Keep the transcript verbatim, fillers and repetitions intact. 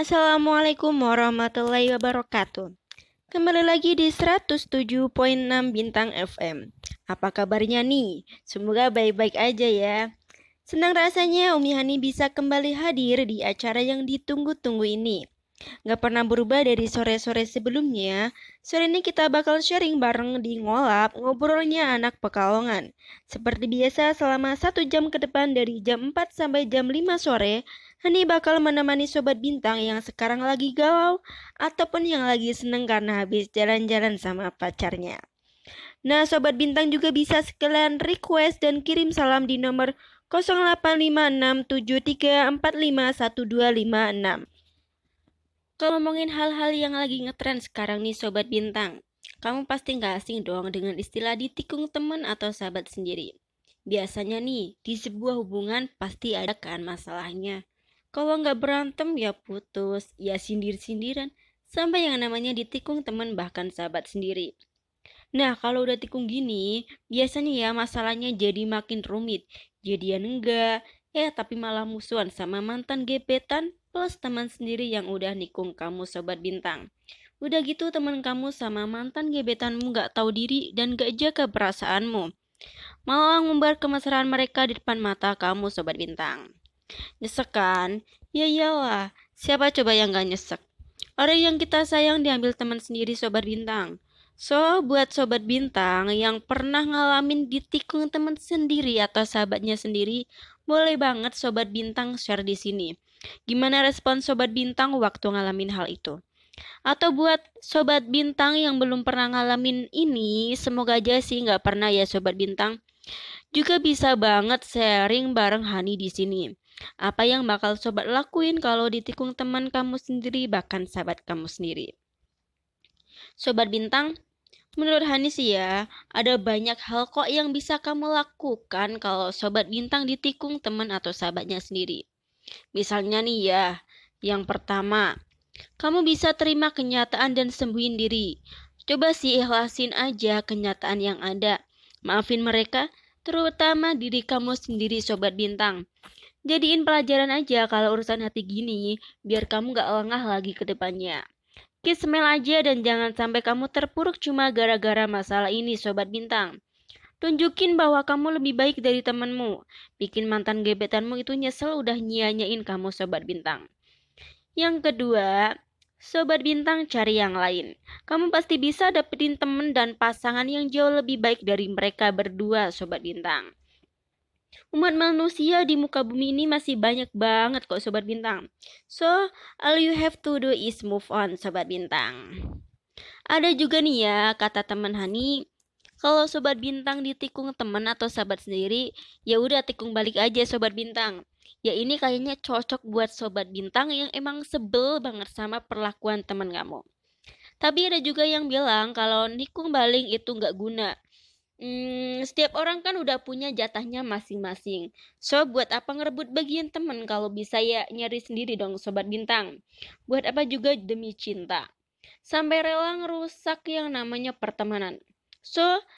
Assalamualaikum warahmatullahi wabarakatuh. Kembali lagi di seratus tujuh koma enam Bintang F M. Apa kabarnya nih? Semoga baik-baik aja ya. Senang rasanya Umi Hani bisa kembali hadir di acara yang ditunggu-tunggu ini. Gak pernah berubah dari sore-sore sebelumnya. Sore ini kita bakal sharing bareng di Ngolap, ngobrolnya anak Pekalongan. Seperti biasa selama satu jam ke depan dari jam empat sampai jam lima sore, Hani bakal menemani Sobat Bintang yang sekarang lagi galau ataupun yang lagi seneng karena habis jalan-jalan sama pacarnya. Nah, Sobat Bintang juga bisa sekalian request dan kirim salam di nomor nol delapan lima enam tujuh tiga empat lima satu dua lima enam. Kalau ngomongin hal-hal yang lagi ngetren sekarang nih Sobat Bintang, kamu pasti gak asing dong dengan istilah ditikung temen atau sahabat sendiri. Biasanya nih, di sebuah hubungan pasti ada kan masalahnya. Kalau nggak berantem ya putus, ya sindir-sindiran, sampai yang namanya ditikung temen bahkan sahabat sendiri. Nah, kalau udah tikung gini, biasanya ya masalahnya jadi makin rumit. Jadian enggak, ya tapi malah musuhan sama mantan gebetan plus teman sendiri yang udah nikung kamu Sobat Bintang. Udah gitu teman kamu sama mantan gebetanmu gak tahu diri dan gak jaga perasaanmu. Malah ngumbar kemesraan mereka di depan mata kamu Sobat Bintang. Nyesek kan? Ya iyalah, siapa coba yang gak nyesek? Orang yang kita sayang diambil teman sendiri Sobat Bintang. So, buat Sobat Bintang yang pernah ngalamin ditikung teman sendiri atau sahabatnya sendiri, boleh banget Sobat Bintang share di sini. Gimana respon Sobat Bintang waktu ngalamin hal itu? Atau buat Sobat Bintang yang belum pernah ngalamin ini, semoga aja sih nggak pernah ya Sobat Bintang. Juga bisa banget sharing bareng Hani di sini. Apa yang bakal Sobat lakuin kalau ditikung teman kamu sendiri, bahkan sahabat kamu sendiri? Sobat Bintang, menurut Hani sih ya, ada banyak hal kok yang bisa kamu lakukan kalau Sobat Bintang ditikung teman atau sahabatnya sendiri. Misalnya nih ya, yang pertama, kamu bisa terima kenyataan dan sembuhin diri. Coba sih ikhlasin aja kenyataan yang ada. Maafin mereka, terutama diri kamu sendiri Sobat Bintang. Jadiin pelajaran aja kalau urusan hati gini, biar kamu gak lengah lagi ke depannya. Kiss smile aja dan jangan sampai kamu terpuruk cuma gara-gara masalah ini Sobat Bintang. Tunjukin bahwa kamu lebih baik dari temanmu. Bikin mantan gebetanmu itu nyesel udah nyia-nyain kamu Sobat Bintang. Yang kedua, Sobat Bintang cari yang lain. Kamu pasti bisa dapetin temen dan pasangan yang jauh lebih baik dari mereka berdua Sobat Bintang. Umat manusia di muka bumi ini masih banyak banget kok Sobat Bintang. So, all you have to do is move on Sobat Bintang. Ada juga nih ya kata teman Hani, kalau Sobat Bintang ditikung teman atau sahabat sendiri, ya udah tikung balik aja Sobat Bintang. Ya ini kayaknya cocok buat Sobat Bintang yang emang sebel banget sama perlakuan teman kamu. Tapi ada juga yang bilang kalau nikung balik itu nggak guna. Hmm, setiap orang kan udah punya jatahnya masing-masing. So, buat apa ngerebut bagian temen kalau bisa ya nyari sendiri dong Sobat Bintang. Buat apa juga demi cinta. Sampai rela ngerusak yang namanya pertemanan. So,